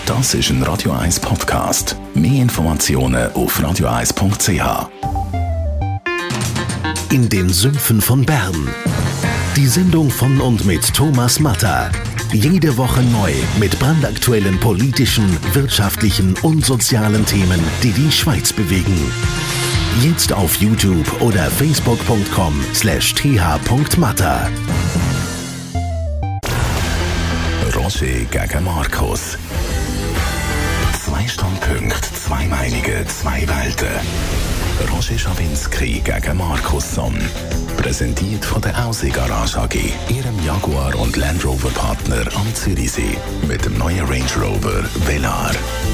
Das ist ein Radio 1 Podcast. Mehr Informationen auf radio1.ch. In den Sümpfen von Bern. Die Sendung von und mit Thomas Matter. Jede Woche neu mit brandaktuellen politischen, wirtschaftlichen und sozialen Themen, die die Schweiz bewegen. Jetzt auf YouTube oder facebook.com/th.matter. Roger gegen Markus. 2 Standpunkte, 2 Meinungen, 2 Welten. Roger Schawinski gegen Markus Somm. Präsentiert von der Aussie Garage AG, Ihrem Jaguar und Land Rover Partner am Zürichsee. Mit dem neuen Range Rover Velar.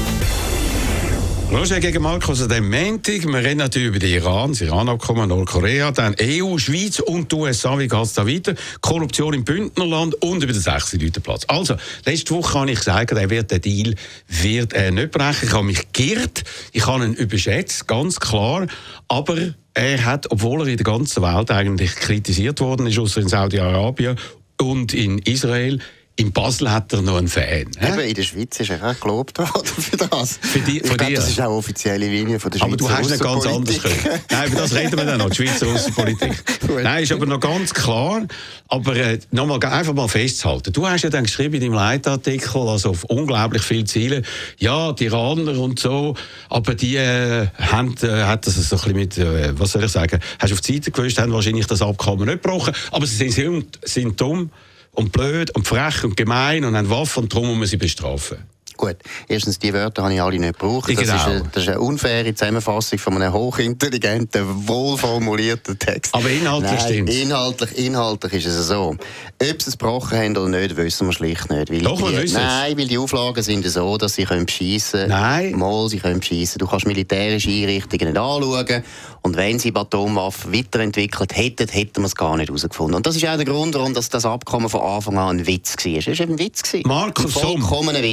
Roger gegen Markus an dem Montag. Wir reden natürlich über den Iran, das Iran-Abkommen, Nordkorea, dann EU, Schweiz und die USA. Wie geht es da weiter? Korruption im Bündnerland und über den 6. Platz. Also, letzte Woche kann ich sagen, der Deal wird nicht brechen. Ich habe mich geirrt, ich habe ihn überschätzt, ganz klar. Aber er hat, obwohl er in der ganzen Welt eigentlich kritisiert worden ist, außer in Saudi-Arabien und in Israel, in Basel hat er noch einen Fan. Eben, in der Schweiz ist er auch gelobt worden für das. Ich glaube, das ist auch offizielle Linie von der Schweizer. Aber du hast nicht ganz anders können. Nein, über das reden wir dann noch, die Schweizer Außenpolitik. Nein, ist aber noch ganz klar. Aber nochmal, einfach mal festzuhalten. Du hast ja dann geschrieben in deinem Leitartikel, also auf unglaublich viele Ziele, ja, die Iraner und so, aber die hat das so ein bisschen mit, was soll ich sagen, hast du auf die Seite gewischt, haben wahrscheinlich das Abkommen nicht gebrochen, aber sie sind dumm und blöd und frech und gemein und haben Waffen und darum muss man sie bestrafen. Gut, erstens, die Wörter habe ich alle nicht gebraucht. Das ist eine unfaire Zusammenfassung von einem hochintelligenten, wohlformulierten Text. Aber inhaltlich stimmt es. Inhaltlich ist es so. Ob sie es gebrochen haben oder nicht, wissen wir schlicht nicht. Weil weil die Auflagen sind so, dass sie beschissen können. Nein. Mal, sie können beschissen. Du kannst militärische Einrichtungen nicht anschauen. Und wenn sie Atomwaffen weiterentwickelt hätten, hätten wir es gar nicht herausgefunden. Und das ist auch der Grund, warum das Abkommen von Anfang an ein Witz war. Es war eben ein Witz. Markus Somm,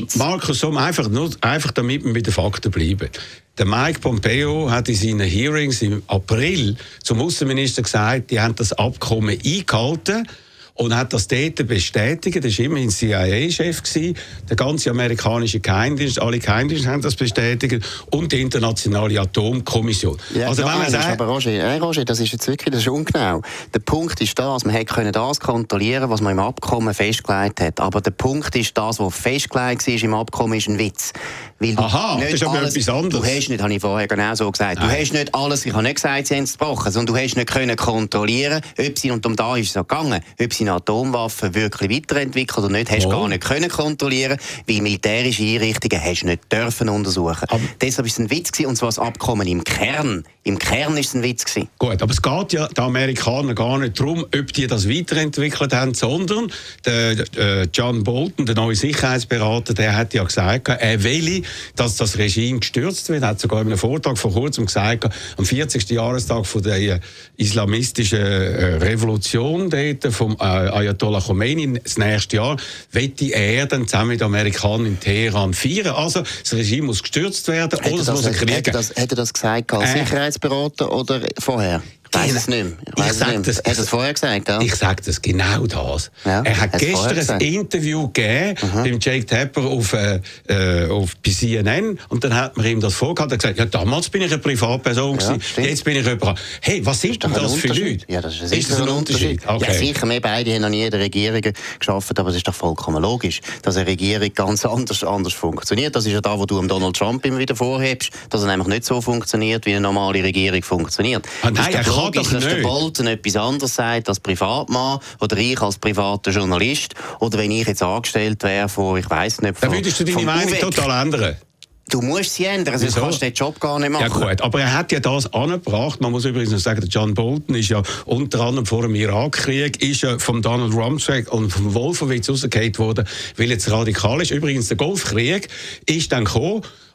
einfach damit wir bei den Fakten bleiben. Der Mike Pompeo hat in seinen Hearings im April zum Außenminister gesagt, die haben das Abkommen eingehalten und hat das dort bestätigt. Das war immerhin CIA-Chef. Der ganze amerikanische Geheimdienst, alle Geheimdienste haben das bestätigt und die internationale Atomkommission. Ja, also, wenn man sagt, aber Roger, das ist jetzt wirklich das ist ungenau. Der Punkt ist das, man hätte das kontrollieren, was man im Abkommen festgelegt hat. Aber der Punkt ist das, was festgelegt war im Abkommen, ist ein Witz. Weil aha, das ist aber etwas anderes. Du hast nicht, habe ich vorher genau so gesagt, du hast nicht alles, ich habe nicht gesagt, sie haben es gebrochen, sondern du hast nicht können kontrollieren, ob sie, und um da ist es auch gegangen, ob sie Atomwaffen wirklich weiterentwickelt oder nicht, hast du gar nicht können kontrollieren, weil militärische Einrichtungen hast du nicht dürfen untersuchen. Aber deshalb ist es ein Witz gewesen, und zwar das Abkommen im Kern. Im Kern ist es ein Witz gewesen. Gut, aber es geht ja den Amerikanern gar nicht darum, ob die das weiterentwickelt haben, sondern der John Bolton, der neue Sicherheitsberater, der hat ja gesagt, er will, dass das Regime gestürzt wird. Er hat sogar in einem Vortrag vor kurzem gesagt, am 40. Jahrestag von der islamistischen Revolution dort, vom Ayatollah Khomeini, das nächste Jahr, wette er dann zusammen mit den Amerikanern in Teheran feiern. Also, das Regime muss gestürzt werden, oder es muss ein Krieg geben. Hätte er das gesagt als Sicherheitsberater oder vorher? Ich weiss es nicht mehr. Hat er es vorher gesagt? Ja? Ich sage das genau das. Ja, er hat gestern ein Interview gegeben beim Jake Tapper auf CNN und dann hat man ihm das vorgehalten. Er hat gesagt, ja, damals bin ich eine Privatperson gewesen, jetzt bin ich jemand. Hey, was sind denn das für Leute? Ja, das ist ein Unterschied. Okay. Ja, sicher, wir beide haben noch nie in der Regierung gearbeitet, aber es ist doch vollkommen logisch, dass eine Regierung ganz anders funktioniert. Das ist ja da, wo du Donald Trump immer wieder vorhebst, dass er nämlich nicht so funktioniert, wie eine normale Regierung funktioniert. Logisch, dass der Bolton etwas anderes sagt als Privatmann oder ich als privater Journalist oder wenn ich jetzt angestellt wäre von, ich weiss nicht, dann würdest du deine Meinung total ändern? Du musst sie ändern, sonst kannst du den Job gar nicht machen. Ja gut, aber er hat ja das angebracht. Man muss übrigens noch sagen, der John Bolton ist ja unter anderem vor dem Irakkrieg ist ja von Donald Rumsfeld und von Wolfowitz rausgehauen worden, weil jetzt radikal ist. Übrigens, der Golfkrieg ist dann gekommen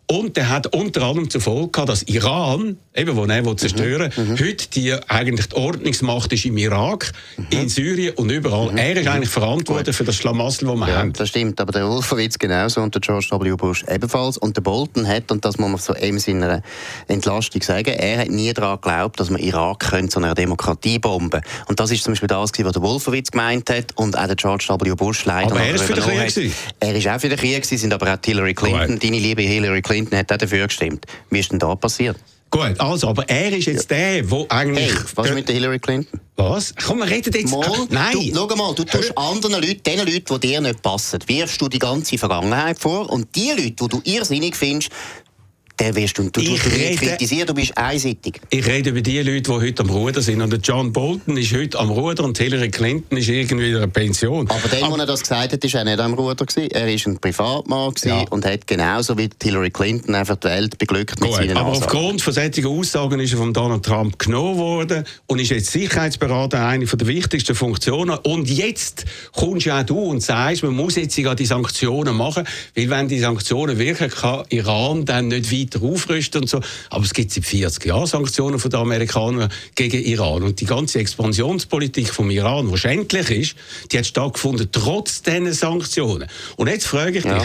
Und der hat unter anderem zur Folge gehabt, dass Iran, eben, wo er zerstören will, heute die eigentlich die Ordnungsmacht ist im Irak, in Syrien und überall. Er ist eigentlich verantwortlich für das Schlamassel, das wir haben. Das stimmt, aber der Wolfowitz genauso und der George W. Bush ebenfalls. Und der Bolton hat, und das muss man so in seiner Entlastung sagen, er hat nie daran geglaubt, dass man Irak zu einer Demokratie bomben könnte. Und das ist zum Beispiel das, was der Wolfowitz gemeint hat und auch der George W. Bush leider. Aber er ist für den Krieg. Er ist auch für den Krieg, sind aber auch Hillary Clinton, deine liebe Hillary Clinton, hat auch dafür gestimmt. Wie ist denn da passiert? Gut, also, aber er ist jetzt der eigentlich... Hey, was mit der Hillary Clinton? Was? Komm, wir reden jetzt... Nein! Schau mal, du tust anderen Leuten, den Leuten, die dir nicht passen, wirfst du die ganze Vergangenheit vor und die Leute, die du irrsinnig findest, den wirst du kritisieren, du bist einseitig. Ich rede über die Leute, die heute am Ruder sind. Und der John Bolton ist heute am Ruder und Hillary Clinton ist irgendwie in einer Pension. Aber der, der das gesagt hat, war auch nicht am Ruder gewesen. Er war ein Privatmann und hat genauso wie Hillary Clinton einfach die Welt beglückt mit seinen Aber Aussagen. aufgrund von solchen Aussagen ist er von Donald Trump genommen worden und ist jetzt Sicherheitsberater, eine der wichtigsten Funktionen. Und jetzt kommst ja auch du und sagst, man muss jetzt sogar die Sanktionen machen, weil wenn die Sanktionen wirken, kann Iran dann nicht weiter aufrüsten und so. Aber es gibt seit 40 Jahren Sanktionen von den Amerikanern gegen Iran. Und die ganze Expansionspolitik vom Iran, die schändlich ist, die hat stattgefunden trotz diesen Sanktionen. Und jetzt frage ich dich...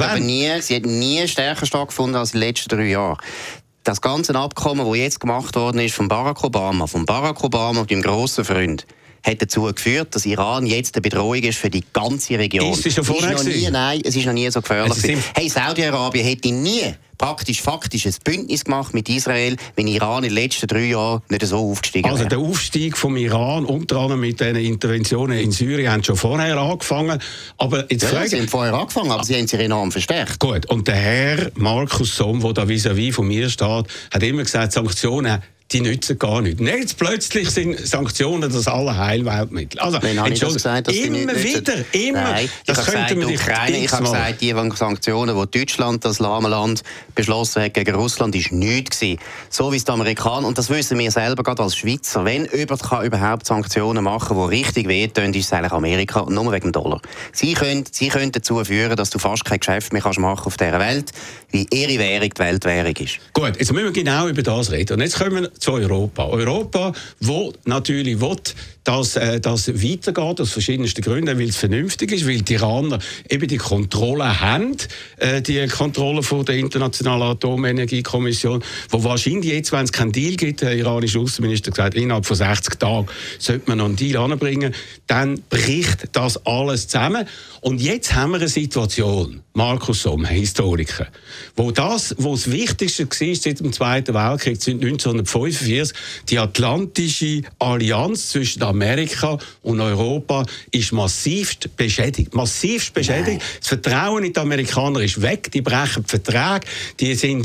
Sie hat nie stärker stattgefunden als in den letzten 3 Jahren. Das ganze Abkommen, das jetzt gemacht worden ist von Barack Obama und dem grossen Freund, hat dazu geführt, dass Iran jetzt eine Bedrohung ist für die ganze Region. Ist es schon vorher gewesen? Nein, es ist noch nie so gefährlich. Hey, Saudi-Arabien hätte nie faktisch ein Bündnis gemacht mit Israel, wenn Iran in den letzten 3 Jahren nicht so aufgestiegen wäre. Also der Aufstieg vom Iran, unter anderem mit diesen Interventionen in Syrien, haben schon vorher angefangen. Aber jetzt sie haben vorher angefangen, aber sie haben sich enorm verstärkt. Gut, und der Herr Markus Somm, der da vis-à-vis von mir steht, hat immer gesagt, Sanktionen, die nützen gar nichts. Und jetzt plötzlich sind Sanktionen das Allerheilweltmittel. Also, ich habe gesagt, dass immer wieder, Nein, das könnte man Ich habe gesagt, die Sanktionen, die Deutschland, das lahme Land, beschlossen hat gegen Russland, ist nichts gewesen. So wie es die Amerikaner, und das wissen wir selber gerade als Schweizer, wenn jemand kann überhaupt Sanktionen machen kann, die richtig wehtun, ist es eigentlich Amerika, und nur wegen dem Dollar. Sie können dazu führen, dass du fast kein Geschäft mehr machen auf dieser Welt, weil ihre Währung die Weltwährung ist. Gut, jetzt müssen wir genau über das reden. Und jetzt kommen wir zu Europa. Europa, wo natürlich will, dass das weitergeht, aus verschiedensten Gründen, weil es vernünftig ist, weil die Iraner eben die Kontrolle haben, die Kontrolle von der Internationalen Atomenergiekommission, wo wahrscheinlich jetzt, wenn es keinen Deal gibt, der iranische Außenminister gesagt, innerhalb von 60 Tagen sollte man noch einen Deal anbringen, dann bricht das alles zusammen. Und jetzt haben wir eine Situation, Markus Somm, Historiker, wo das Wichtigste war seit dem Zweiten Weltkrieg, seit 1945, die Atlantische Allianz zwischen Amerika und Europa ist massivst beschädigt. Massivst beschädigt. Nein. Das Vertrauen in die Amerikaner ist weg, die brechen die Verträge, die sind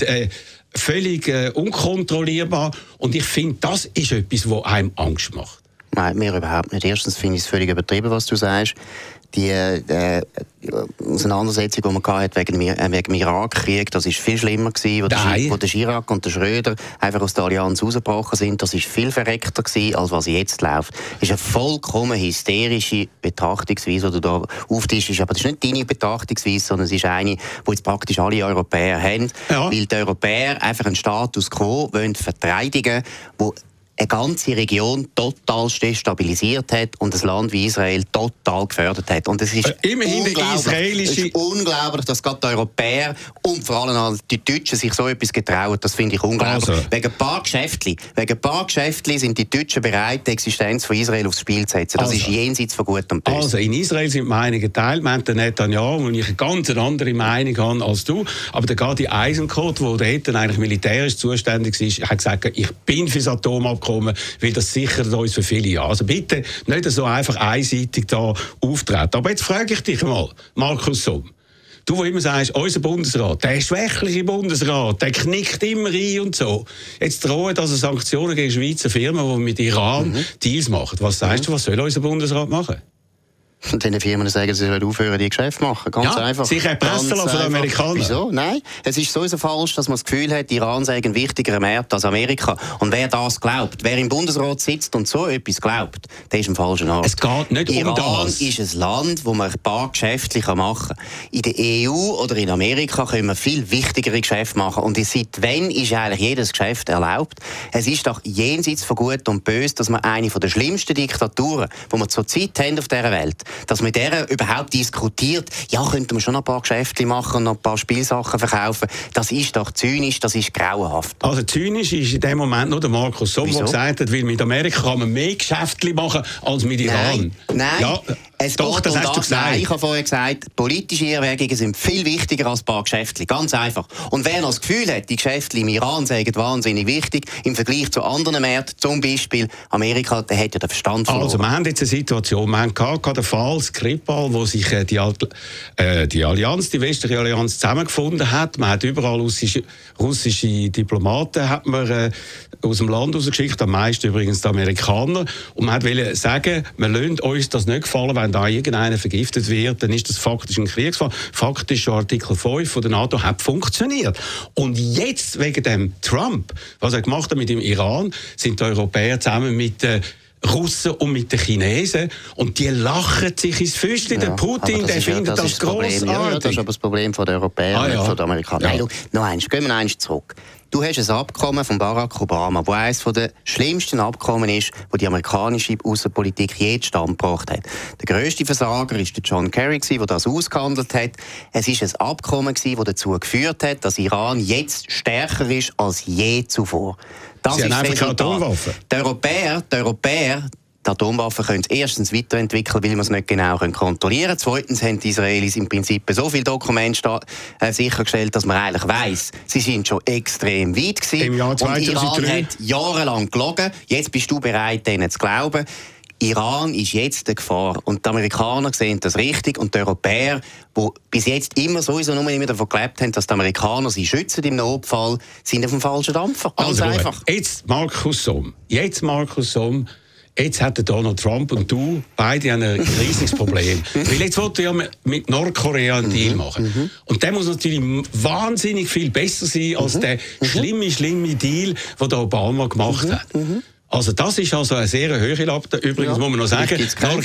völlig unkontrollierbar. Und ich finde, das ist etwas, was einem Angst macht. Nein, mir überhaupt nicht. Erstens finde ich es völlig übertrieben, was du sagst. Die Auseinandersetzung, die man hatte wegen dem Irakkrieg, das war viel schlimmer gewesen, wo der Chirac und der Schröder einfach aus der Allianz rausgebrochen sind. Das war viel verreckter gewesen, als was jetzt läuft. Das ist eine vollkommen hysterische Betrachtungsweise, die du da auftischst. Aber das ist nicht deine Betrachtungsweise, sondern es ist eine, die jetzt praktisch alle Europäer haben. Ja. Weil die Europäer einfach einen Status quo verteidigen wollen, eine ganze Region total destabilisiert hat und ein Land wie Israel total gefördert hat. Und es ist unglaublich, dass gerade die Europäer und vor allem die Deutschen sich so etwas getrauen. Das finde ich unglaublich. Also. Wegen ein paar Geschäftli sind die Deutschen bereit, die Existenz von Israel aufs Spiel zu setzen. Das ist jenseits von Gut und Böse. Also in Israel sind die Meinungen geteilt. Wir haben den Netanyahu, und ich eine ganz andere Meinung habe als du. Aber der Gadi Eisenkot, der dort eigentlich militärisch zuständig ist, hat gesagt, ich bin für das Atomabkommen, weil das sichert uns für viele Jahre. Also bitte nicht so einfach einseitig da auftreten. Aber jetzt frage ich dich mal, Markus Somm, du, wo immer sagst, unser Bundesrat, der schwächliche Bundesrat, der knickt immer ein und so. Jetzt drohen also Sanktionen gegen Schweizer Firmen, die mit Iran Deals machen. Was sagst du, was soll unser Bundesrat machen? Und den Firmen sagen, sie sollen aufhören, die Geschäfte machen. Ganz einfach. Sicher erpressen lassen von den Amerikanern. Wieso? Nein. Es ist sowieso falsch, dass man das Gefühl hat, Iran sei ein wichtigerer Markt als Amerika. Und wer das glaubt, wer im Bundesrat sitzt und so etwas glaubt, der ist im falschen Ort. Es geht nicht Iran um das. ist ein Land, wo man ein paar Geschäfte machen kann. In der EU oder in Amerika können wir viel wichtigere Geschäfte machen. Und seit wann ist eigentlich jedes Geschäft erlaubt? Es ist doch jenseits von Gut und Böse, dass wir eine der schlimmsten Diktaturen, die wir zurzeit haben auf dieser Welt, dass man der überhaupt diskutiert, ja, könnte man schon ein paar Geschäfte machen und noch ein paar Spielsachen verkaufen. Das ist doch zynisch, das ist grauenhaft. Also zynisch ist in dem Moment nur der Markus Somm, der gesagt hat, weil mit Amerika kann man mehr Geschäfte machen als mit Iran. Nein. Ja, es doch, das hast du gesagt. Nein, ich habe vorher gesagt, politische Erwägungen sind viel wichtiger als ein paar Geschäfte. Ganz einfach. Und wer noch das Gefühl hat, die Geschäfte im Iran seien wahnsinnig wichtig, im Vergleich zu anderen Märkten, zum Beispiel Amerika, der hat ja den Verstand verloren. Also, wir haben jetzt eine Situation, wir haben den Fall Skripal, wo sich die Allianz, die westliche Allianz zusammengefunden hat. Man hat überall russische Diplomaten hat man, aus dem Land rausgeschickt, am meisten übrigens die Amerikaner. Und man wollte sagen, wir lassen uns das nicht gefallen, wenn da irgendeiner vergiftet wird, dann ist das faktisch ein Kriegsfall. Faktisch schon Artikel 5 von der NATO hat funktioniert. Und jetzt, wegen dem Trump, was er gemacht hat mit dem Iran, sind die Europäer zusammen mit Russen und mit den Chinesen und die lachen sich ins Füßchen. Der Putin, der findet das grossartig. Ja, das ist aber das Problem der Europäer, nicht von den Amerikanern. Ja. Nein, noch eins, gehen wir eins zurück. Du hast ein Abkommen von Barack Obama, das eines der schlimmsten Abkommen ist, das die amerikanische Außenpolitik je zustande gebracht hat. Der grösste Versager war der John Kerry, der das ausgehandelt hat. Es war ein Abkommen, das dazu geführt hat, dass Iran jetzt stärker ist als je zuvor. Sie haben einfach keine Atomwaffen. Die Europäer, die Atomwaffen können sie erstens weiterentwickeln, weil man es nicht genau kontrollieren kann. Zweitens haben die Israelis im Prinzip so viele Dokumente sichergestellt, dass man eigentlich weiss, sie sind schon extrem weit gewesen. Im Jahr 2003. Und Iran hat jahrelang gelogen. Jetzt bist du bereit, denen zu glauben. Iran ist jetzt eine Gefahr. Und die Amerikaner sehen das richtig. Und die Europäer, die bis jetzt immer sowieso nur immer davon gelebt haben, dass die Amerikaner sie schützen im Notfall, sind auf dem falschen Dampfer. Ganz einfach. Jetzt Markus Somm. Jetzt hat Donald Trump und du beide ein riesiges Problem. Weil jetzt wollte er ja mit Nordkorea einen Deal machen. Und der muss natürlich wahnsinnig viel besser sein als der schlimme Deal, den der Obama gemacht hat. Also das ist also eine sehr hohe Latte. Übrigens muss man noch sagen,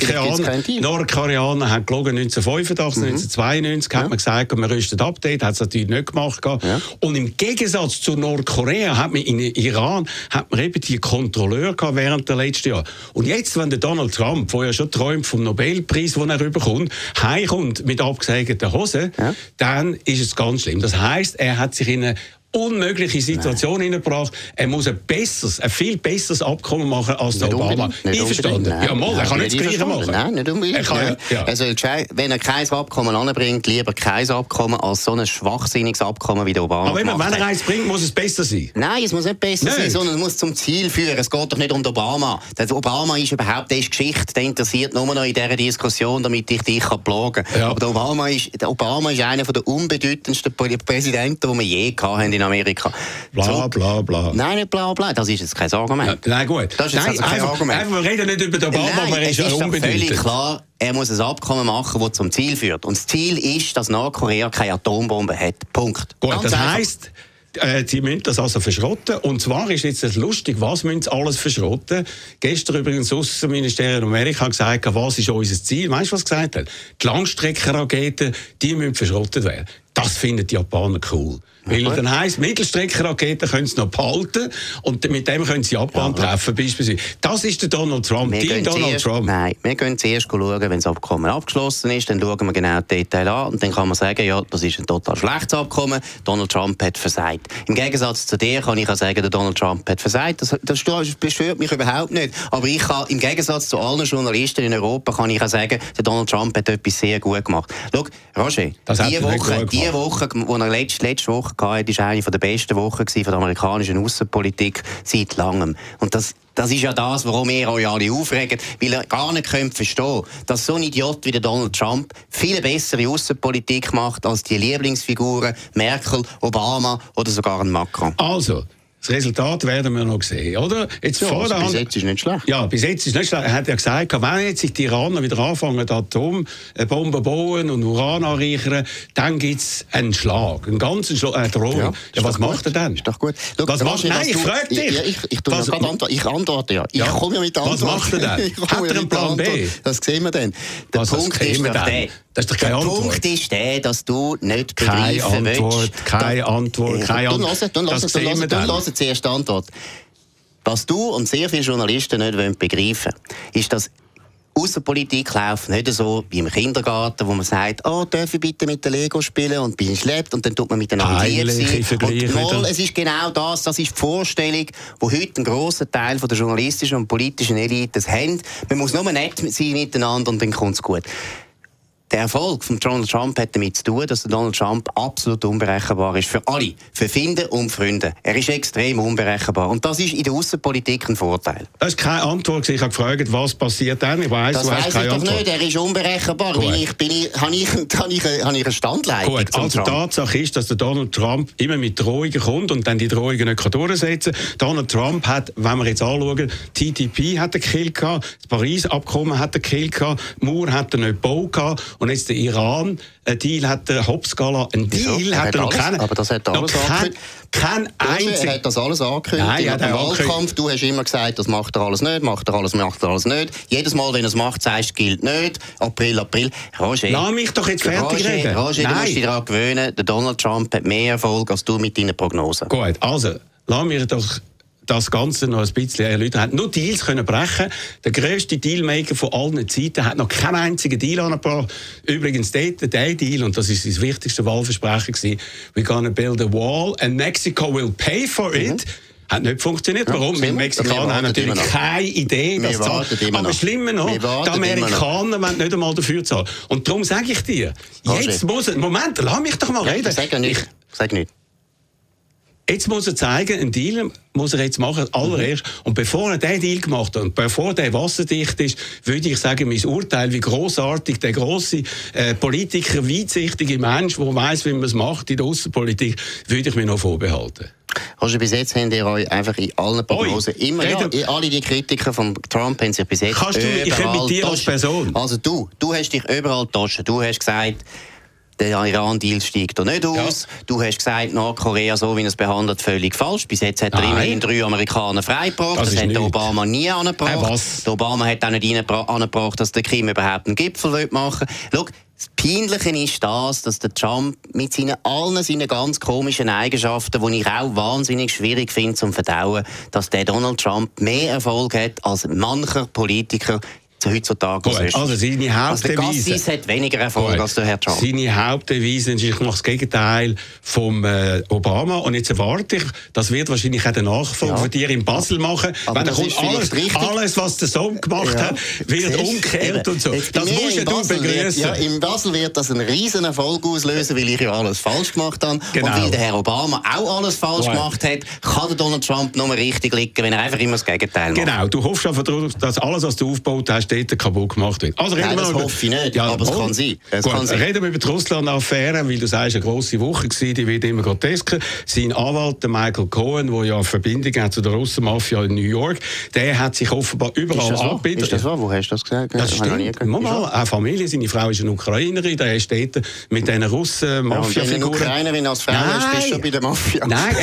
Nordkoreaner haben gelogen 1985, 1992 hat man gesagt, wir rüsten ab, dort hat es natürlich nicht gemacht. Ja. Und im Gegensatz zu Nordkorea hat man in Iran eben die Kontrolleure gehabt während der letzten Jahre. Und jetzt, wenn der Donald Trump, der ja schon träumt vom Nobelpreis, den er rüberkommt, heimkommt mit abgesägten Hosen, dann ist es ganz schlimm. Das heisst, er hat sich in eine unmögliche Situation hineingebracht. Er muss ein viel besseres Abkommen machen als der Obama. Einverstanden? Ja, mal, er kann nicht das Gleiche machen. Nein, nicht unbedingt. Also, wenn er kein Abkommen anbringt, lieber kein Abkommen als so ein schwachsinniges Abkommen wie der Obama. Aber wenn er eins bringt, muss es besser sein. Nein, es muss nicht besser sein, sondern es muss zum Ziel führen. Es geht doch nicht um den Obama. Der Obama ist überhaupt, der ist Geschichte, der interessiert nur noch in dieser Diskussion, damit ich dich plagen kann. Ja. Aber der Obama ist einer der unbedeutendsten Präsidenten, die wir je hatten in Amerika. Bla, bla, bla. Nein, nicht bla, bla. Das ist jetzt kein Argument. Ja, nein, gut. Das ist jetzt kein Argument. Wir reden nicht über den Obama, aber er ist ja unbedeutend. Es ist völlig klar, er muss ein Abkommen machen, das zum Ziel führt. Und das Ziel ist, dass Nordkorea keine Atombombe hat. Punkt. Gut, das heisst, sie müssen das also verschrotten. Und zwar ist jetzt lustig, was müssen sie alles verschrotten? Gestern übrigens das Außenministerium Amerika gesagt, was ist unser Ziel? Weißt du, was sie gesagt haben? Die Langstreckenraketen, die müssen verschrottet werden. Das finden die Japaner cool. Weil dann heisst, Mittelstreckenraketen können sie noch behalten und mit dem können sie Japan treffen, beispielsweise. Das ist der Donald Trump, Trump. Nein, wir gehen zuerst schauen, wenn das Abkommen abgeschlossen ist, dann schauen wir genau die Details an und dann kann man sagen, ja, das ist ein total schlechtes Abkommen, Donald Trump hat versagt. Im Gegensatz zu dir kann ich auch sagen, der Donald Trump hat versagt. Das bestört mich überhaupt nicht. Aber ich kann, im Gegensatz zu allen Journalisten in Europa, kann ich auch sagen, der Donald Trump hat etwas sehr gut gemacht. Schau, Roger, die Woche, die er letzte Woche hatte, war eine der besten Wochen von der amerikanischen Außenpolitik seit langem. Und das ist ja das, warum ihr euch alle aufregt, weil ihr gar nicht könnt verstehen, dass so ein Idiot wie der Donald Trump viel bessere Außenpolitik macht als die Lieblingsfiguren Merkel, Obama oder sogar ein Macron. Also, Das Resultat werden wir noch sehen, oder? Jetzt ja, also bis jetzt ist nicht schlecht. Ja, bis jetzt ist nicht schlecht. Er hat ja gesagt, wenn jetzt die Iraner wieder anfangen, Atombomben bauen und Uran anreichern, dann gibt es einen Schlag, einen ganzen Schlag, Drohung. Ja, was macht er dann? Ist doch gut. Schau, was macht, nein, ich frage dich. Ich antworte ja. Ich komme ja mit der Antwort. Was macht er dann? Hat er einen Plan B? Das sehen wir dann. Der Punkt ist doch der. Das ist doch keine Antwort. Der Punkt ist der, dass du nicht begreifen willst. Keine Antwort. Dann lass zuerst die Antwort. Was du und sehr viele Journalisten nicht begreifen wollen, ist, dass Aussenpolitik läuft nicht so wie im Kindergarten, wo man sagt, darf ich bitte mit den Lego spielen und bin schleppt und dann tut man miteinander lieb sein. Und es ist genau das ist die Vorstellung, die heute ein grosser Teil von der journalistischen und politischen Elite haben. Man muss nur nett sein miteinander und dann kommt es gut. Der Erfolg von Donald Trump hat damit zu tun, dass Donald Trump absolut unberechenbar ist für alle, für Finde und Freunde. Er ist extrem unberechenbar. Und das ist in der Aussenpolitik ein Vorteil. Das ist keine Antwort. Ich habe gefragt, was passiert dann. Ich weiss, das weiss ich doch nicht. Er ist unberechenbar. Habe ich eine Standleitung. Gut, also die Tatsache ist, dass der Donald Trump immer mit Drohungen kommt und dann die Drohungen nicht durchsetzen kann. Donald Trump hat, wenn wir jetzt anschauen, TTP hat er gekillt, das Paris-Abkommen hat er gekillt, Mauer hat er nicht gebaut. Und jetzt der Iran, ein Deal hat der Hobbs-Gala, ein Deal hat er noch keinen. Aber das hat er alles angekündigt. Er hat das alles angekündigt. Nein, im Wahlkampf. Du hast immer gesagt, das macht er alles nicht, macht er alles nicht. Jedes Mal, wenn er es macht, sagst du, gilt nicht. April. Roger, lass mich doch jetzt fertig reden. Roger, du musst dich daran gewöhnen, der Donald Trump hat mehr Erfolg als du mit deinen Prognosen. Gut, also, lass mich doch das Ganze noch ein bisschen erläutern. Er hat nur Deals können brechen. Der grösste Dealmaker von allen Zeiten hat noch keinen einzigen Deal angebracht. Übrigens, der Deal, und das ist das wichtigste Wahlversprechen gewesen, we're gonna build a wall and Mexico will pay for it. Hat nicht funktioniert. Warum? Weil die Mexikaner haben natürlich keine Idee, dass aber schlimmer noch, die Amerikaner wollen nicht einmal dafür zahlen. Und darum sage ich dir, jetzt muss er, Moment, lass mich doch mal reden. Sag nicht. Jetzt muss er zeigen, einen Deal muss er jetzt machen, allererst. Und bevor er diesen Deal gemacht hat und bevor der wasserdicht ist, würde ich sagen, mein Urteil, wie grossartig der grosse Politiker, weitsichtige Mensch, der weiss, wie man es macht in der Aussenpolitik, würde ich mir noch vorbehalten. Also bis jetzt haben ihr euch einfach in allen Prognosen immer, alle die Kritiker von Trump haben sich bis jetzt ich rede mit dir als Person. Also du hast dich überall getauscht. Du hast gesagt, der Iran-Deal steigt da nicht aus. Ja. Du hast gesagt, Nordkorea, so wie er es behandelt, völlig falsch. Bis jetzt hat er immerhin 3 Amerikaner freigebracht. Das hat der Obama nie angebracht. Der Obama hat auch nicht angebracht, dass der Kim überhaupt einen Gipfel machen will. Schau, das Peinliche ist dass der Trump mit allen seinen ganz komischen Eigenschaften, die ich auch wahnsinnig schwierig finde zum Verdauen, dass der Donald Trump mehr Erfolg hat als mancher Politiker heutzutage. Gut, also seine Hauptdevise... der Gassis hat weniger Erfolg als der Herr Trump. Seine Hauptdevise ist, ich mache das Gegenteil vom Obama. Und jetzt erwarte ich, das wird wahrscheinlich auch der Nachfolger von dir in Basel machen. Wenn er kommt, alles, was der Sohn gemacht hat, wird umgekehrt und so. Das musst du begrüßen. Ja, in Basel wird das einen riesen Erfolg auslösen, weil ich ja alles falsch gemacht habe. Genau. Und weil der Herr Obama auch alles falsch gemacht hat, kann der Donald Trump nur richtig liegen, wenn er einfach immer das Gegenteil macht. Genau, du hoffst einfach darauf, dass alles, was du aufgebaut hast, dort kaputt gemacht wird. Also nein, das hoffe ich nicht, aber es kann sein. Reden wir über die Russland-Affäre, weil du sagst, eine grosse Woche war, die wird immer grotesker. Sein Anwalt, der Michael Cohen, der ja eine Verbindung hat zu der Russenmafia in New York, der hat sich offenbar überall abgebildet. Ist das wahr? Wo hast du das gesagt? Das stimmt. Eine Familie, seine Frau ist eine Ukrainerin, der ist dort mit diesen Russen-Mafia-Figuren. Wenn du eine Ukrainerin als Frau hast, bist du schon bei der Mafia. Nein,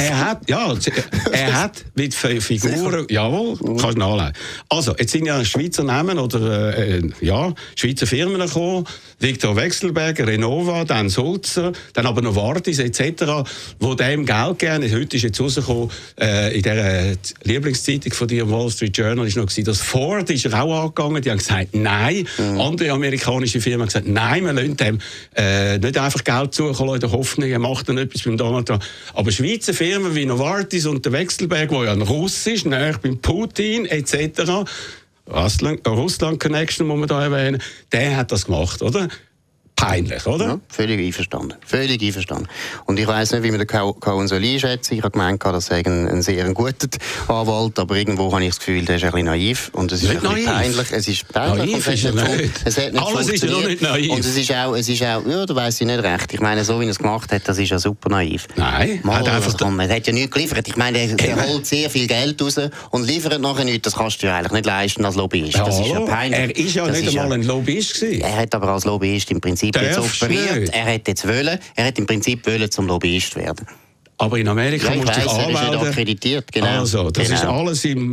er hat mit Figuren, jawohl, kannst du nachlesen. Also, jetzt sind ja Schweizer Namen oder Schweizer Firmen gekommen, Viktor Wechselberger, Renova, dann Sulzer, dann aber noch Vardis etc., wo dem Geld geben. Heute ist jetzt rausgekommen, in der Lieblingszeitung von dir, Wall Street Journal, ist noch gewesen, dass Ford ist auch angegangen, die haben gesagt, nein. Andere amerikanische Firmen haben gesagt, nein, wir lassen dem nicht einfach Geld suchen, in der Hoffnung, er macht dann etwas beim Donald Trump. Aber Schweizer Firmen wie Novartis und der Wechselberg, der ja ein Russ ist, nahe beim Putin etc., Russland Connection muss man da erwähnen, der hat das gemacht, oder? peinlich, oder? Ja, völlig einverstanden. Völlig einverstanden. Und ich weiss nicht, wie man den Cohen soll einschätzen. Ich habe gemeint, das sei ein sehr guter Anwalt, aber irgendwo habe ich das Gefühl, der ist ein bisschen naiv. Und es ist ein bisschen peinlich. Es ist peinlich. Naiv ist er nicht. Es hat nicht alles ist ja noch nicht naiv. Und es ist auch, ja, da weiss ich nicht recht. Ich meine, so wie er es gemacht hat, das ist ja super naiv. Nein. Man hat ja nichts geliefert. Ich meine, der holt sehr viel Geld raus und liefert nachher nichts. Das kannst du ja eigentlich nicht leisten als Lobbyist. Das ist ja peinlich. Er ist ja nicht einmal ein Lobbyist gewesen. Er hat aber als Lobbyist im Prinzip jetzt operiert. Er hat im Prinzip zum Lobbyist werden. Aber in Amerika musst du dich anmelden. Er ist akkreditiert, genau. Also, das ist alles im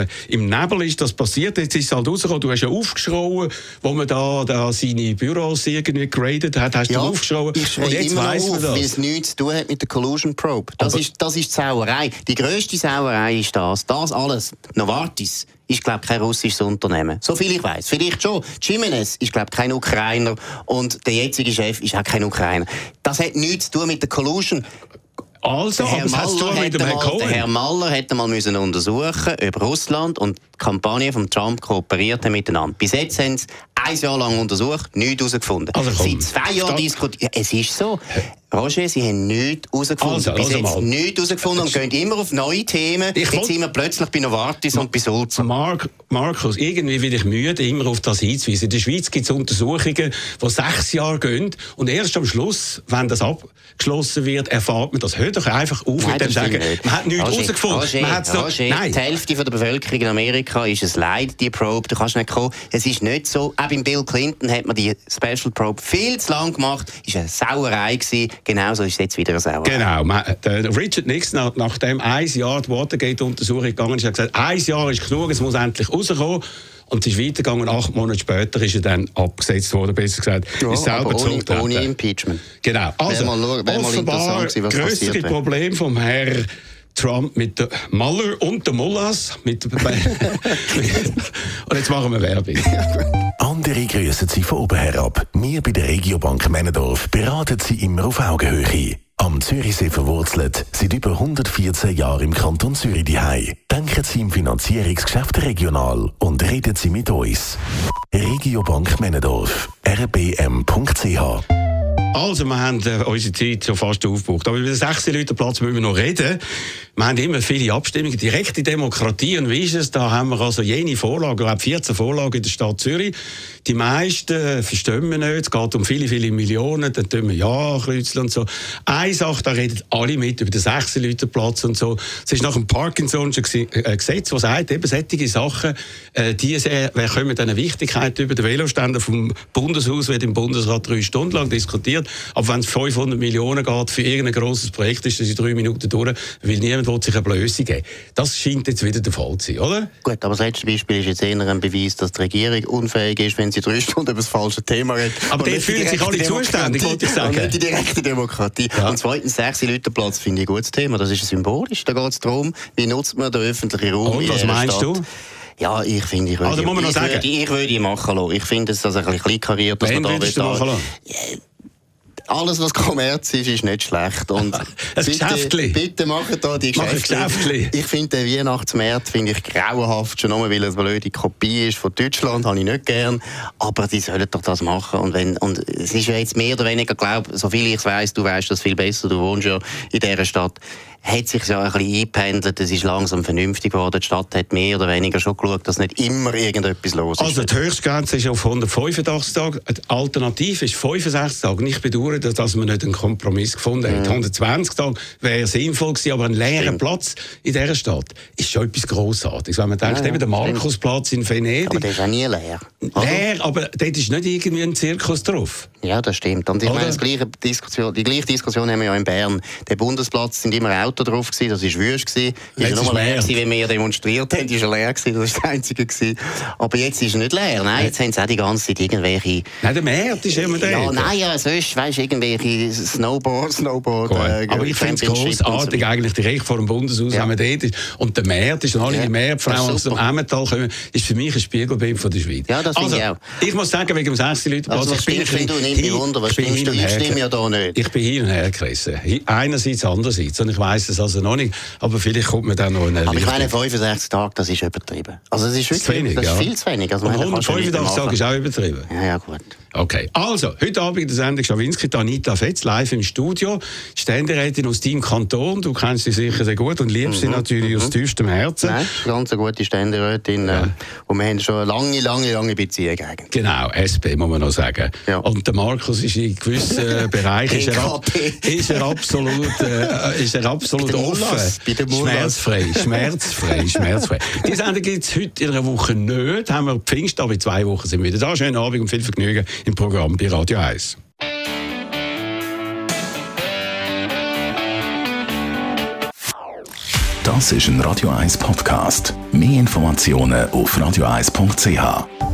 Nebel ist das passiert. Jetzt ist es halt rausgekommen. Du hast ja aufgeschrien, wo man da seine Büros irgendwie geradet hat. Hast du aufgeschrien. Ich schreie immer noch auf, weil es nichts zu tun hat mit der Collusion Probe. Das ist die Sauerei. Die grösste Sauerei ist das. Das alles. Novartis ist, glaube ich, kein russisches Unternehmen. So viel ich weiss. Vielleicht schon. Jimenez ist, glaube ich, kein Ukrainer. Und der jetzige Chef ist auch kein Ukrainer. Das hat nichts zu tun mit der Collusion. Also, aber es hat zu tun mit dem Herrn Cohen. Der Herr Maller hätte mal untersuchen, ob Russland und die Kampagne von Trump kooperiert haben miteinander. Bis jetzt haben sie 1 Jahr lang untersucht, nichts herausgefunden. Also seit 2 Jahren diskutiert. Ja, es ist so. Roger, sie haben nichts herausgefunden. Bis jetzt nichts herausgefunden und gehen immer auf neue Themen. Jetzt sind wir plötzlich bei Novartis und bei Sulzer. Markus, irgendwie bin ich müde, immer auf das hinzuweisen. In der Schweiz gibt es Untersuchungen, die 6 Jahre gehen und erst am Schluss, wenn das abgeschlossen wird, erfahrt man das. Hört doch einfach auf mit dem Sagen, man hat nichts herausgefunden. Roger, die Hälfte der Bevölkerung in Amerika ist es leid, die Probe. Du kannst nicht kommen. Es ist nicht so. Auch beim Bill Clinton hat man die Special Probe viel zu lang gemacht. Es war eine Sauerei gewesen. Genauso ist es jetzt wieder eine Sauerei. Genau. Der Richard Nixon, nachdem 1 Jahr die Watergate-Untersuchung gegangen ist, hat gesagt, 1 Jahr ist genug, es muss endlich rauskommen. Und es ist weitergegangen. 8 Monate später ist er dann abgesetzt worden, besser gesagt. Ja, ist selber ohne Impeachment. Genau. Also, offenbar grössere Problem vom Herrn Trump mit der Mueller und der Mullahs. Und jetzt machen wir Werbung. Andere grüssen Sie von oben herab. Wir bei der Regiobank Männendorf beraten Sie immer auf Augenhöhe. Am Zürichsee verwurzelt, seit über 114 Jahren im Kanton Zürich daheim. Denken Sie im Finanzierungsgeschäft regional und reden Sie mit uns. Regiobank Männendorf, rbm.ch. Also, wir haben unsere Zeit schon fast aufgebraucht. Aber über den 16-Leute-Platz müssen wir noch reden. Wir haben immer viele Abstimmungen, direkte Demokratie. Und wie ist es? Da haben wir also jene Vorlagen, ich glaube 14 Vorlagen in der Stadt Zürich. Die meisten verstehen wir nicht. Es geht um viele, viele Millionen. Dann tun wir ja kreuzeln und so. Eine Sache, da reden alle mit über den 16-Leute-Platz und so. Es ist nach dem Parkinson'schen Gesetz, das sagt, eben solche Sachen, die kommen eine Wichtigkeit über. Der Veloständer vom Bundeshaus wird im Bundesrat 3 Stunden lang diskutiert. Aber wenn es 500 Millionen geht für irgendein grosses Projekt, ist das in 3 Minuten durch, weil niemand will sich eine Blöße geben. Das scheint jetzt wieder der Fall zu sein, oder? Gut, aber das letzte Beispiel ist jetzt eher ein Beweis, dass die Regierung unfähig ist, wenn sie 3 Stunden über das falsche Thema redet. Aber dort fühlen sich alle zuständig, wollte ich sagen. Und nicht die direkte Demokratie. Ja. Und zweitens, 6-Leute-Platz finde ich ein gutes Thema. Das ist symbolisch. Da geht es darum, wie nutzt man den öffentlichen Raum und in was meinst Stadt. Du? Ja, ich würde ihn machen lassen. Ich finde es ein bisschen kleinkariert, dass man da alles, was Kommerz ist, ist nicht schlecht. Und bitte macht da die Geschäfte. Ich finde den Weihnachtsmarkt grauenhaft, schon nur weil er eine blöde Kopie ist von Deutschland, habe ich nicht gern. Aber die sollen doch das machen. Und es ist ja jetzt mehr oder weniger, glaube so viel ich es weiss, du weißt das viel besser, du wohnst ja in dieser Stadt, hat sich ja ein bisschen eingependelt, es ist langsam vernünftig geworden. Die Stadt hat mehr oder weniger schon geschaut, dass nicht immer irgendetwas los ist. Also die Höchstgrenze ist auf 185 Tage, die Alternative ist 65 Tage. Ich bedauere, dass wir nicht einen Kompromiss gefunden haben. 120 Tage wäre sinnvoll gewesen, aber ein leerer Platz in dieser Stadt ist schon etwas Grossartiges. Wenn man denkt, eben der Markusplatz in Venedig. Aber der ist auch nie leer. Leer, aber dort ist nicht irgendwie ein Zirkus drauf. Ja, das stimmt. Und ich meine, die gleiche Diskussion haben wir ja in Bern. Der Bundesplatz sind immer Autos drauf gewesen, das war wüst gewesen. Ist ja nur leer gewesen, wenn wir demonstriert haben, ist er leer gewesen, das war das Einzige gewesen. Aber jetzt ist er nicht leer, nein, jetzt haben sie auch die ganze Zeit irgendwelche... Nein, der Markt ist immer der. Ja, nein, ja, sonst, weisst du, irgendwelche Snowboard aber ich finde es grossartig, eigentlich direkt vor dem Bundeshaus, wenn man dort ist. Und der Markt ist, und alle die Marktfrauen aus dem Emmental kommen, ist für mich ein Spiegelbild von der Schweiz. Ja, das finde ich auch. Ich muss sagen, wegen dem 6-Leute-Platz... Also, was stimmst du? Nimm mich wunder, was stimmst du? Ich stimme ja da nicht. Ich bin hin und her gerissen. Einerseits, andererseits. Und ich weiss es also noch nicht. Aber vielleicht kommt mir dann noch eine Aber ich meine, 65 Tage, das ist übertrieben. Also, das ist wirklich wenig, das ist viel zu wenig. Also, und 185 Tage ist auch übertrieben. Ja, gut. Okay. Also, heute Abend in der Sendung Schawinski, Anita Fetz, live im Studio. Ständerätin aus deinem Kanton. Du kennst sie sicher sehr gut und liebst sie natürlich aus tiefstem Herzen. Nein, ganz eine gute Ständerätin. Und wir haben schon eine lange Beziehung eigentlich. Genau, SP, muss man noch sagen. Ja. Und der Markus ist in gewissen Bereichen ist er absolut offen. Schmerzfrei. Die Sendung gibt es heute in einer Woche nicht. Haben wir Pfingst, aber in 2 Wochen sind wir wieder da. Schönen Abend und viel Vergnügen im Programm bei Radio 1. Das ist ein Radio 1 Podcast. Mehr Informationen auf radio1.ch.